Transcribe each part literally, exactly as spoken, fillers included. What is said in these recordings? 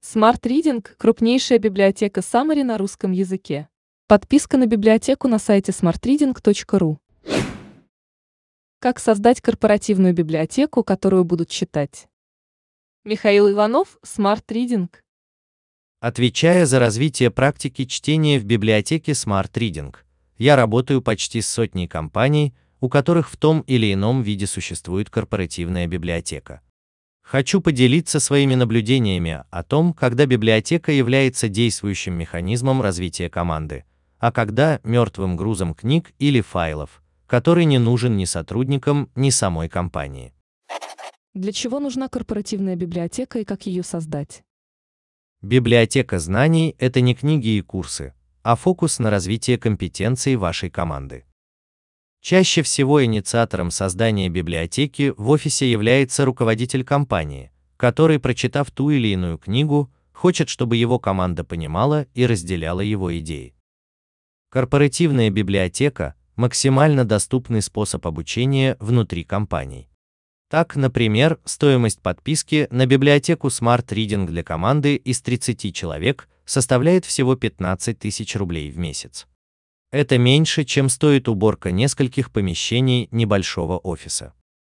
Smart Reading – крупнейшая библиотека Summary на русском языке. Подписка на библиотеку на сайте смарт ридинг точка ру. Как создать корпоративную библиотеку, которую будут читать? Михаил Иванов, Smart Reading. Отвечая за развитие практики чтения в библиотеке Smart Reading, я работаю почти с сотней компаний, у которых в том или ином виде существует корпоративная библиотека. Хочу поделиться своими наблюдениями о том, когда библиотека является действующим механизмом развития команды, а когда мертвым грузом книг или файлов, который не нужен ни сотрудникам, ни самой компании. Для чего нужна корпоративная библиотека и как ее создать? Библиотека знаний – это не книги и курсы, а фокус на развитие компетенций вашей команды. Чаще всего инициатором создания библиотеки в офисе является руководитель компании, который, прочитав ту или иную книгу, хочет, чтобы его команда понимала и разделяла его идеи. Корпоративная библиотека – максимально доступный способ обучения внутри компаний. Так, например, стоимость подписки на библиотеку Smart Reading для команды из тридцати человек составляет всего пятнадцать тысяч рублей в месяц. Это меньше, чем стоит уборка нескольких помещений небольшого офиса.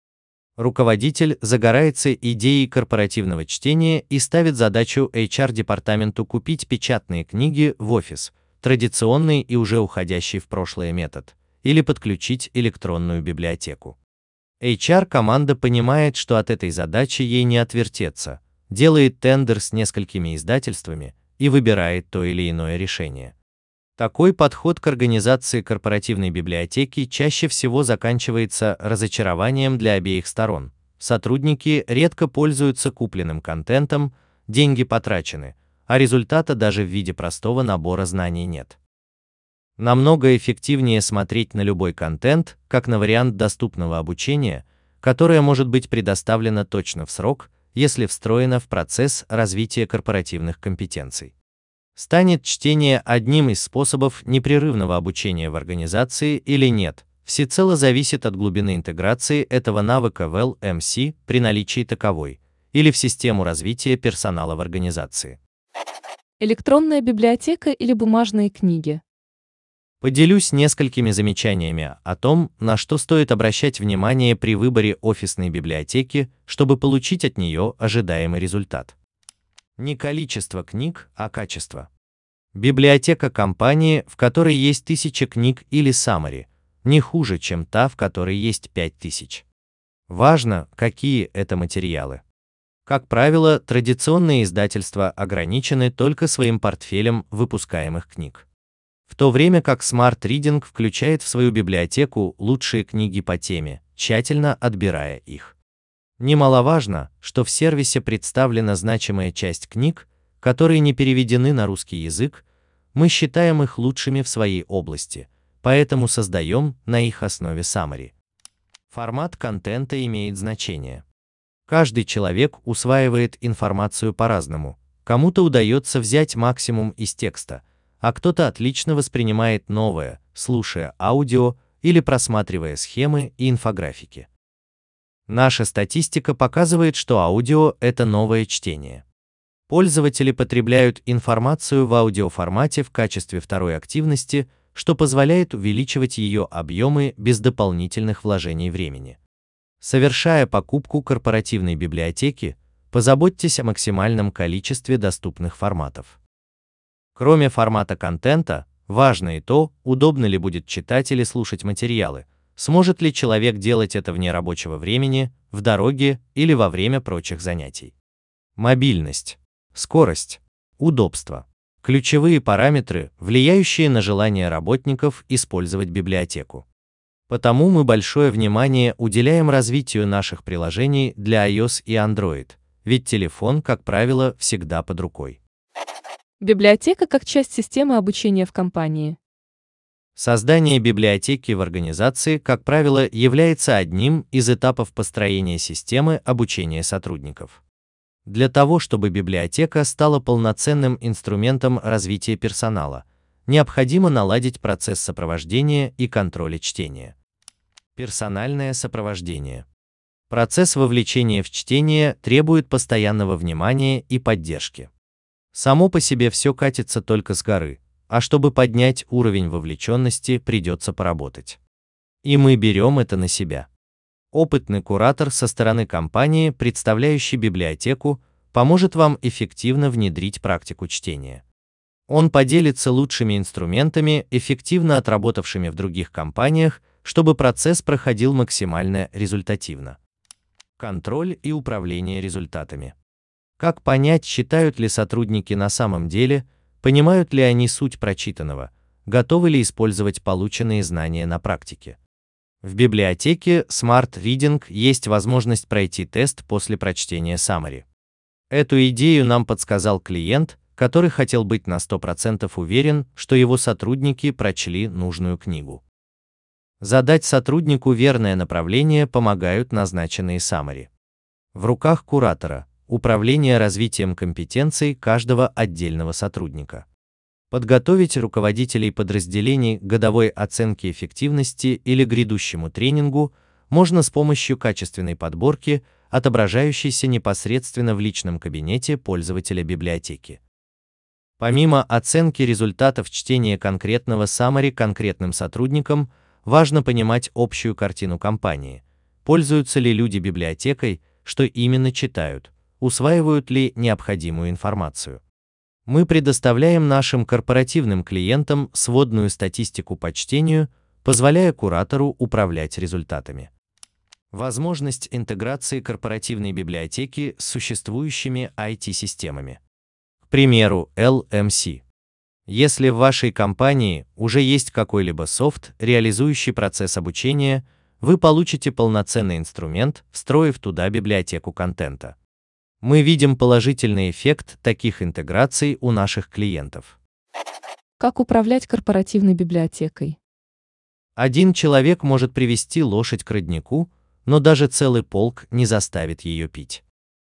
Руководитель загорается идеей корпоративного чтения и ставит задачу эйч ар-департаменту купить печатные книги в офис, традиционный и уже уходящий в прошлое метод, или подключить электронную библиотеку. эйч ар-команда понимает, что от этой задачи ей не отвертеться, делает тендер с несколькими издательствами и выбирает то или иное решение. Такой подход к организации корпоративной библиотеки чаще всего заканчивается разочарованием для обеих сторон. Сотрудники редко пользуются купленным контентом, деньги потрачены, а результата даже в виде простого набора знаний нет. Намного эффективнее смотреть на любой контент, как на вариант доступного обучения, которое может быть предоставлено точно в срок, если встроено в процесс развития корпоративных компетенций. Станет чтение одним из способов непрерывного обучения в организации или нет, всецело зависит от глубины интеграции этого навыка в эл эм си при наличии таковой, или в систему развития персонала в организации. Электронная библиотека или бумажные книги? Поделюсь несколькими замечаниями о том, на что стоит обращать внимание при выборе офисной библиотеки, чтобы получить от нее ожидаемый результат. Не количество книг, а качество. Библиотека компании, в которой есть тысяча книг или summary, не хуже, чем та, в которой есть пять тысяч. Важно, какие это материалы. Как правило, традиционные издательства ограничены только своим портфелем выпускаемых книг. В то время как Smart Reading включает в свою библиотеку лучшие книги по теме, тщательно отбирая их. Немаловажно, что в сервисе представлена значимая часть книг, которые не переведены на русский язык, мы считаем их лучшими в своей области, поэтому создаем на их основе summary. Формат контента имеет значение. Каждый человек усваивает информацию по-разному, кому-то удается взять максимум из текста, а кто-то отлично воспринимает новое, слушая аудио или просматривая схемы и инфографики. Наша статистика показывает, что аудио – это новое чтение. Пользователи потребляют информацию в аудиоформате в качестве второй активности, что позволяет увеличивать ее объемы без дополнительных вложений времени. Совершая покупку корпоративной библиотеки, позаботьтесь о максимальном количестве доступных форматов. Кроме формата контента, важно и то, удобно ли будет читать или слушать материалы. Сможет ли человек делать это вне рабочего времени, в дороге или во время прочих занятий? Мобильность, скорость, удобство – ключевые параметры, влияющие на желание работников использовать библиотеку. Потому мы большое внимание уделяем развитию наших приложений для iOS и Android, ведь телефон, как правило, всегда под рукой. Библиотека как часть системы обучения в компании. Создание библиотеки в организации, как правило, является одним из этапов построения системы обучения сотрудников. Для того, чтобы библиотека стала полноценным инструментом развития персонала, необходимо наладить процесс сопровождения и контроля чтения. Персональное сопровождение. Процесс вовлечения в чтение требует постоянного внимания и поддержки. Само по себе все катится только с горы, а чтобы поднять уровень вовлеченности, придется поработать. И мы берем это на себя. Опытный куратор со стороны компании, представляющий библиотеку, поможет вам эффективно внедрить практику чтения. Он поделится лучшими инструментами, эффективно отработавшими в других компаниях, чтобы процесс проходил максимально результативно. Контроль и управление результатами. Как понять, читают ли сотрудники на самом деле, понимают ли они суть прочитанного, готовы ли использовать полученные знания на практике. В библиотеке Smart Reading есть возможность пройти тест после прочтения summary. Эту идею нам подсказал клиент, который хотел быть на сто процентов уверен, что его сотрудники прочли нужную книгу. Задать сотруднику верное направление помогают назначенные summary. В руках куратора управление развитием компетенций каждого отдельного сотрудника. Подготовить руководителей подразделений к годовой оценке эффективности или грядущему тренингу можно с помощью качественной подборки, отображающейся непосредственно в личном кабинете пользователя библиотеки. Помимо оценки результатов чтения конкретного summary конкретным сотрудникам, важно понимать общую картину компании. Пользуются ли люди библиотекой, что именно читают, усваивают ли необходимую информацию. Мы предоставляем нашим корпоративным клиентам сводную статистику по чтению, позволяя куратору управлять результатами. Возможность интеграции корпоративной библиотеки с существующими ай ти-системами. К примеру, эл эм си. Если в вашей компании уже есть какой-либо софт, реализующий процесс обучения, вы получите полноценный инструмент, встроив туда библиотеку контента. Мы видим положительный эффект таких интеграций у наших клиентов. Как управлять корпоративной библиотекой? Один человек может привести лошадь к роднику, но даже целый полк не заставит ее пить.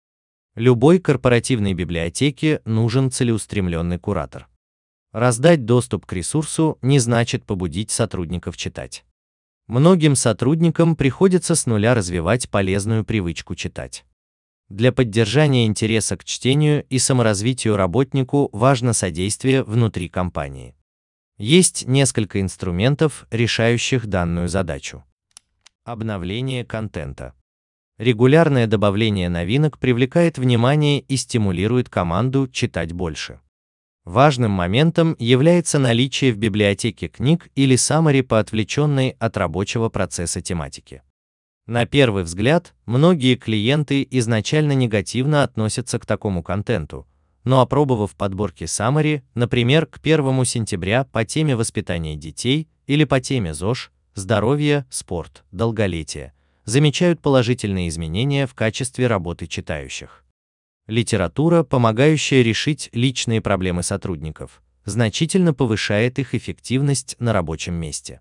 Любой корпоративной библиотеке нужен целеустремленный куратор. Раздать доступ к ресурсу не значит побудить сотрудников читать. Многим сотрудникам приходится с нуля развивать полезную привычку читать. Для поддержания интереса к чтению и саморазвитию работнику важно содействие внутри компании. Есть несколько инструментов, решающих данную задачу. Обновление контента. Регулярное добавление новинок привлекает внимание и стимулирует команду читать больше. Важным моментом является наличие в библиотеке книг или summary по отвлеченной от рабочего процесса тематике. На первый взгляд, многие клиенты изначально негативно относятся к такому контенту, но опробовав подборки summary, например, к первому сентября по теме воспитания детей или по теме ЗОЖ, здоровье, спорт, долголетие, замечают положительные изменения в качестве работы читающих. Литература, помогающая решить личные проблемы сотрудников, значительно повышает их эффективность на рабочем месте.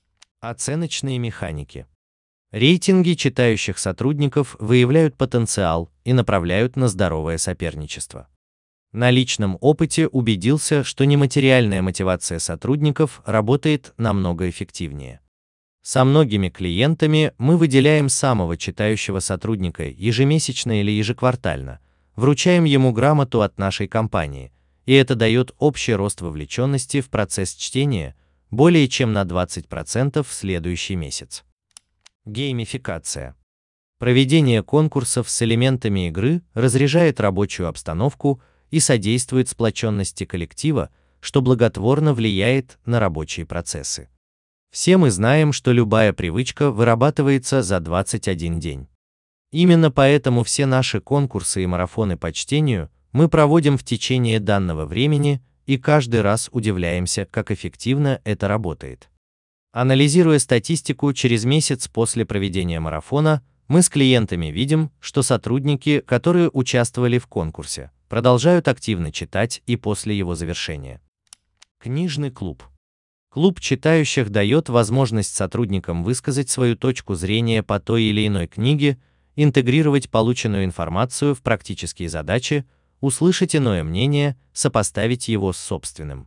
Оценочные механики. Рейтинги читающих сотрудников выявляют потенциал и направляют на здоровое соперничество. На личном опыте убедился, что нематериальная мотивация сотрудников работает намного эффективнее. Со многими клиентами мы выделяем самого читающего сотрудника ежемесячно или ежеквартально, вручаем ему грамоту от нашей компании, и это дает общий рост вовлеченности в процесс чтения более чем на двадцать процентов в следующий месяц. Геймификация. Проведение конкурсов с элементами игры разряжает рабочую обстановку и содействует сплоченности коллектива, что благотворно влияет на рабочие процессы. Все мы знаем, что любая привычка вырабатывается за двадцать один день. Именно поэтому все наши конкурсы и марафоны по чтению мы проводим в течение данного времени и каждый раз удивляемся, как эффективно это работает. Анализируя статистику через месяц после проведения марафона, мы с клиентами видим, что сотрудники, которые участвовали в конкурсе, продолжают активно читать и после его завершения. Книжный клуб. Клуб читающих дает возможность сотрудникам высказать свою точку зрения по той или иной книге, интегрировать полученную информацию в практические задачи, услышать иное мнение, сопоставить его с собственным.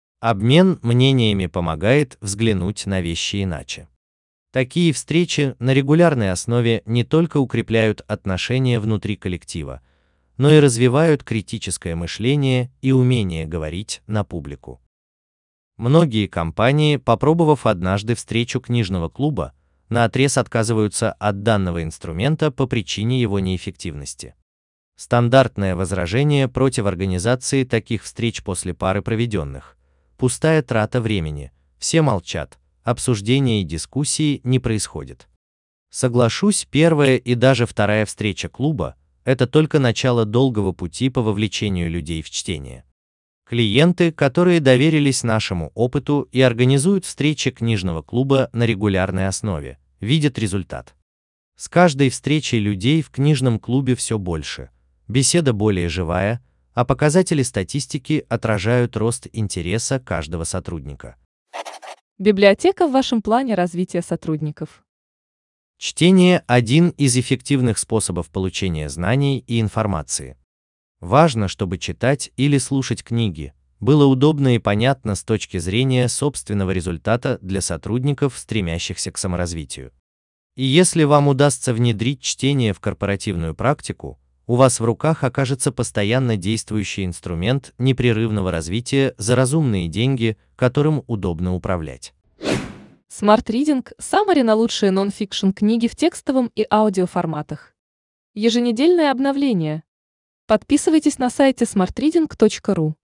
Обмен мнениями помогает взглянуть на вещи иначе. Такие встречи на регулярной основе не только укрепляют отношения внутри коллектива, но и развивают критическое мышление и умение говорить на публику. Многие компании, попробовав однажды встречу книжного клуба, наотрез отказываются от данного инструмента по причине его неэффективности. Стандартное возражение против организации таких встреч после пары проведенных: пустая трата времени, все молчат, обсуждения и дискуссии не происходит. Соглашусь, первая и даже вторая встреча клуба – это только начало долгого пути по вовлечению людей в чтение. Клиенты, которые доверились нашему опыту и организуют встречи книжного клуба на регулярной основе, видят результат. С каждой встречей людей в книжном клубе все больше, беседа более живая, а показатели статистики отражают рост интереса каждого сотрудника. Библиотека в вашем плане развития сотрудников. Чтение – один из эффективных способов получения знаний и информации. Важно, чтобы читать или слушать книги было удобно и понятно с точки зрения собственного результата для сотрудников, стремящихся к саморазвитию. И если вам удастся внедрить чтение в корпоративную практику, у вас в руках окажется постоянно действующий инструмент непрерывного развития за разумные деньги, которым удобно управлять. Smart Reading – Summary на лучшие нон-фикшн книги в текстовом и аудиоформатах. Еженедельное обновление. Подписывайтесь на сайте смарт ридинг точка ру.